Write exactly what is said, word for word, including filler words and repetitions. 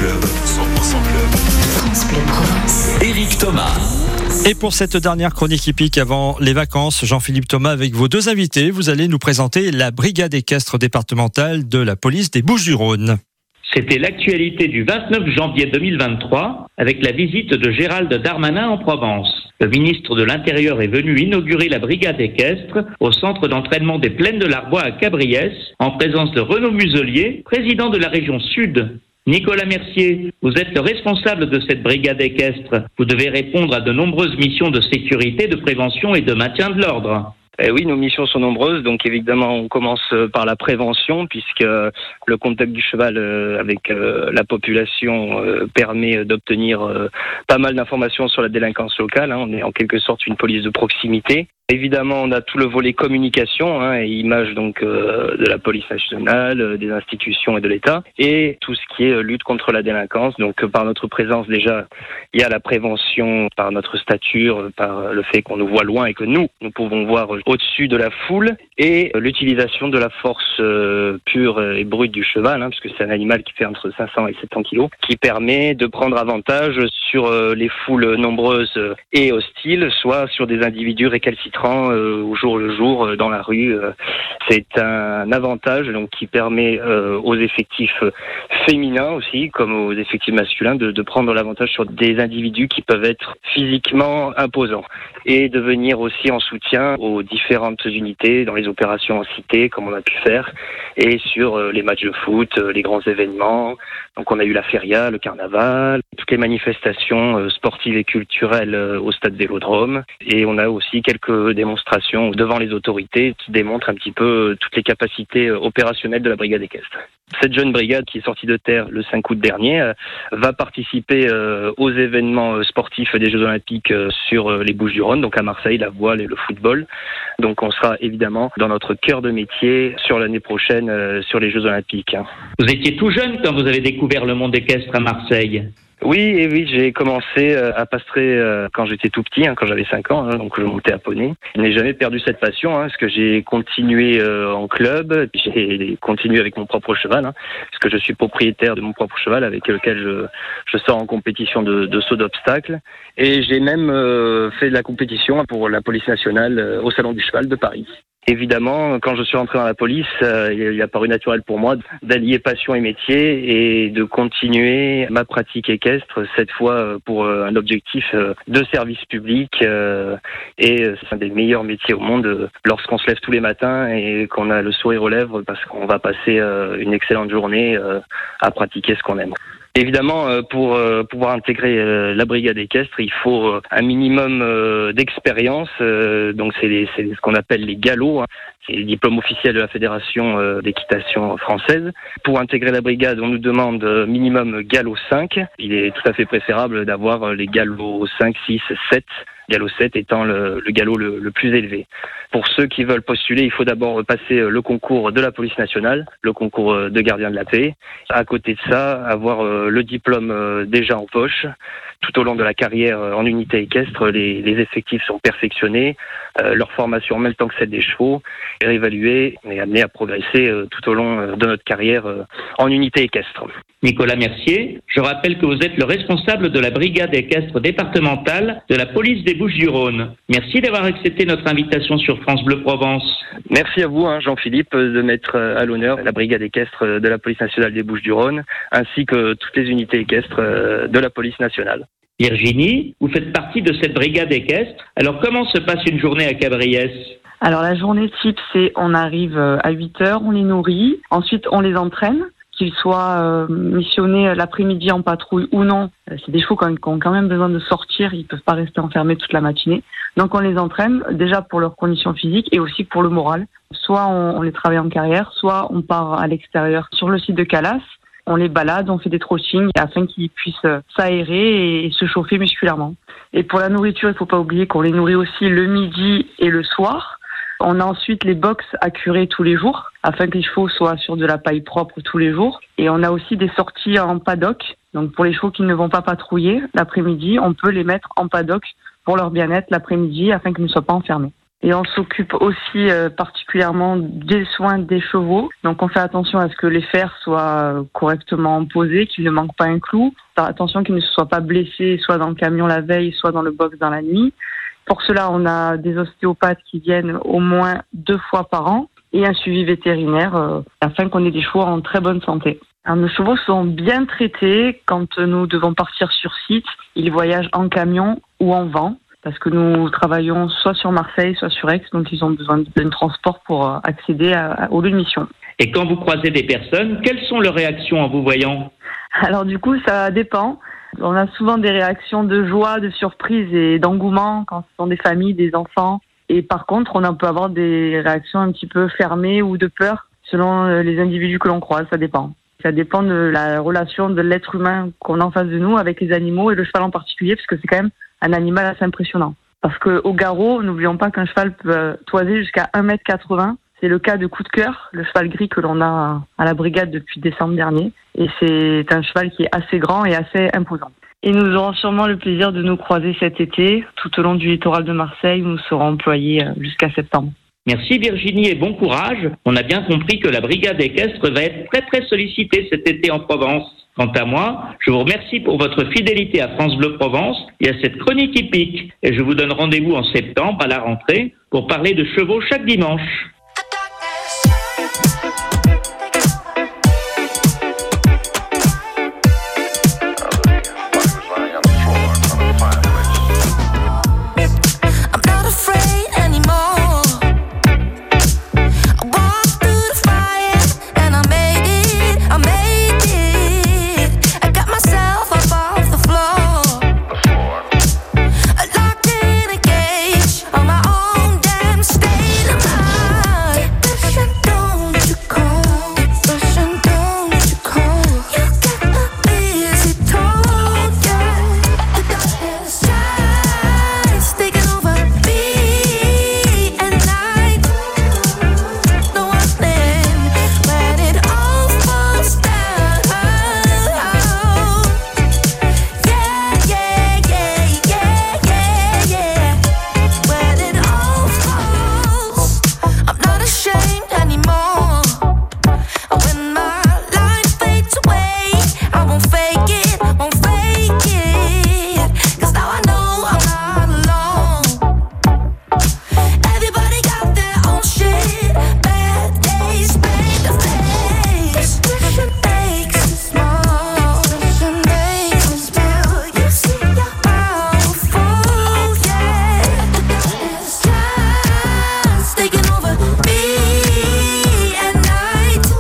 Club, cent pour cent Club. France Bleu Provence. Éric Thomas. Et pour cette dernière chronique hippique avant les vacances, Jean-Philippe Thomas, avec vos deux invités, vous allez nous présenter la brigade équestre départementale de la police des Bouches-du-Rhône. C'était l'actualité du vingt-neuf janvier deux mille vingt-trois avec la visite de Gérald Darmanin en Provence. Le ministre de l'Intérieur est venu inaugurer la brigade équestre au centre d'entraînement des Plaines de l'Arbois à Cabriès en présence de Renaud Muselier, président de la région Sud. Nicolas Mercier, vous êtes le responsable de cette brigade équestre. Vous devez répondre à de nombreuses missions de sécurité, de prévention et de maintien de l'ordre. Eh oui, nos missions sont nombreuses, donc évidemment on commence par la prévention puisque le contact du cheval avec la population permet d'obtenir pas mal d'informations sur la délinquance locale. On est en quelque sorte une police de proximité. Évidemment, on a tout le volet communication hein, et image donc euh, de la police nationale, euh, des institutions et de l'État, et tout ce qui est euh, lutte contre la délinquance. Donc, euh, par notre présence déjà, il y a la prévention par notre stature, euh, par le fait qu'on nous voit loin et que nous, nous pouvons voir euh, au-dessus de la foule, et euh, l'utilisation de la force euh, pure et brute du cheval, hein, parce que c'est un animal qui fait entre cinq cents et sept cents kilos, qui permet de prendre avantage sur euh, les foules nombreuses et hostiles, soit sur des individus récalcitrants Euh, au jour le jour euh, dans la rue. Euh, c'est un avantage donc qui permet euh, aux effectifs féminins aussi comme aux effectifs masculins de, de prendre l'avantage sur des individus qui peuvent être physiquement imposants et de venir aussi en soutien aux différentes unités dans les opérations en cité comme on a pu faire et sur euh, les matchs de foot, euh, les grands événements. Donc on a eu la feria, le carnaval, toutes les manifestations euh, sportives et culturelles euh, au stade Vélodrome et on a aussi quelques démonstrations devant les autorités qui démontrent un petit peu toutes les capacités opérationnelles de la brigade équestre. Cette jeune brigade qui est sortie de terre le cinq août dernier euh, va participer euh, aux événements sportifs des Jeux Olympiques euh, sur euh, les Bouches-du-Rhône, donc à Marseille, la voile et le football. Donc on sera évidemment dans notre cœur de métier sur l'année prochaine euh, sur les Jeux Olympiques. Vous étiez tout jeune quand vous avez découvert le monde équestre à Marseille. Oui, et oui, j'ai commencé à pastrer quand j'étais tout petit, hein, quand j'avais cinq ans, hein, donc je montais à poney. Je n'ai jamais perdu cette passion, hein, parce que j'ai continué euh, en club, j'ai continué avec mon propre cheval, hein, parce que je suis propriétaire de mon propre cheval avec lequel je, je sors en compétition de, de saut d'obstacle. Et j'ai même euh, fait de la compétition pour la police nationale euh, au Salon du Cheval de Paris. Évidemment, quand je suis rentré dans la police, euh, il a paru naturel pour moi d'allier passion et métier et de continuer ma pratique équestre, cette fois pour un objectif de service public. Euh, et c'est un des meilleurs métiers au monde lorsqu'on se lève tous les matins et qu'on a le sourire aux lèvres parce qu'on va passer euh, une excellente journée euh, à pratiquer ce qu'on aime. Évidemment, pour pouvoir intégrer la brigade équestre, il faut un minimum d'expérience. Donc, c'est, les, c'est ce qu'on appelle les galops. C'est le diplôme officiel de la Fédération d'équitation française. Pour intégrer la brigade, on nous demande minimum galop cinq. Il est tout à fait préférable d'avoir les galops cinq, six, sept. Galop sept étant le, le galop le, le plus élevé. Pour ceux qui veulent postuler, il faut d'abord passer le concours de la police nationale, le concours de gardien de la paix. À côté de ça, avoir le diplôme déjà en poche. Tout au long de la carrière en unité équestre, les, les effectifs sont perfectionnés, euh, leur formation en même temps que celle des chevaux est réévaluée et amenée à progresser euh, tout au long de notre carrière euh, en unité équestre. Nicolas Mercier, je rappelle que vous êtes le responsable de la brigade équestre départementale de la police des Bouches-du-Rhône. Merci d'avoir accepté notre invitation sur France Bleu Provence. Merci à vous, hein, Jean-Philippe, de mettre à l'honneur la brigade équestre de la police nationale des Bouches-du-Rhône, ainsi que toutes les unités équestres de la police nationale. Virginie, vous faites partie de cette brigade équestre. Alors comment se passe une journée à Cabriès ? Alors la journée type, c'est on arrive à huit heures, on les nourrit, ensuite on les entraîne, qu'ils soient euh, missionnés l'après-midi en patrouille ou non. C'est des chevaux qui ont quand même besoin de sortir, ils peuvent pas rester enfermés toute la matinée. Donc on les entraîne déjà pour leurs conditions physiques et aussi pour le moral. Soit on, on les travaille en carrière, soit on part à l'extérieur sur le site de Calas. On les balade, on fait des trottings afin qu'ils puissent s'aérer et se chauffer musculairement. Et pour la nourriture, il ne faut pas oublier qu'on les nourrit aussi le midi et le soir. On a ensuite les box à curer tous les jours afin que les chevaux soient sur de la paille propre tous les jours. Et on a aussi des sorties en paddock. Donc pour les chevaux qui ne vont pas patrouiller l'après-midi, on peut les mettre en paddock pour leur bien-être l'après-midi afin qu'ils ne soient pas enfermés. Et on s'occupe aussi euh, particulièrement des soins des chevaux. Donc on fait attention à ce que les fers soient correctement posés, qu'il ne manque pas un clou. Faire attention qu'ils ne se soient pas blessés, soit dans le camion la veille, soit dans le box dans la nuit. Pour cela, on a des ostéopathes qui viennent au moins deux fois par an et un suivi vétérinaire euh, afin qu'on ait des chevaux en très bonne santé. Alors, nos chevaux sont bien traités quand nous devons partir sur site. Ils voyagent en camion ou en van parce que nous travaillons soit sur Marseille, soit sur Aix, donc ils ont besoin d'un transport pour accéder à, à, au lieu de mission. Et quand vous croisez des personnes, quelles sont leurs réactions en vous voyant ? Alors du coup, ça dépend. On a souvent des réactions de joie, de surprise et d'engouement quand ce sont des familles, des enfants. Et par contre, on peut avoir des réactions un petit peu fermées ou de peur selon les individus que l'on croise, ça dépend. Ça dépend de la relation de l'être humain qu'on a en face de nous avec les animaux et le cheval en particulier, parce que c'est quand même un animal assez impressionnant. Parce qu'au garrot, n'oublions pas qu'un cheval peut toiser jusqu'à un mètre quatre-vingts. C'est le cas de Coup de Cœur, le cheval gris que l'on a à la brigade depuis décembre dernier. Et c'est un cheval qui est assez grand et assez imposant. Et nous aurons sûrement le plaisir de nous croiser cet été, tout au long du littoral de Marseille, où nous serons employés jusqu'à septembre. Merci Virginie et bon courage. On a bien compris que la brigade équestre va être très très sollicitée cet été en Provence. Quant à moi, je vous remercie pour votre fidélité à France Bleu Provence et à cette chronique hippique. Et je vous donne rendez-vous en septembre à la rentrée pour parler de chevaux chaque dimanche.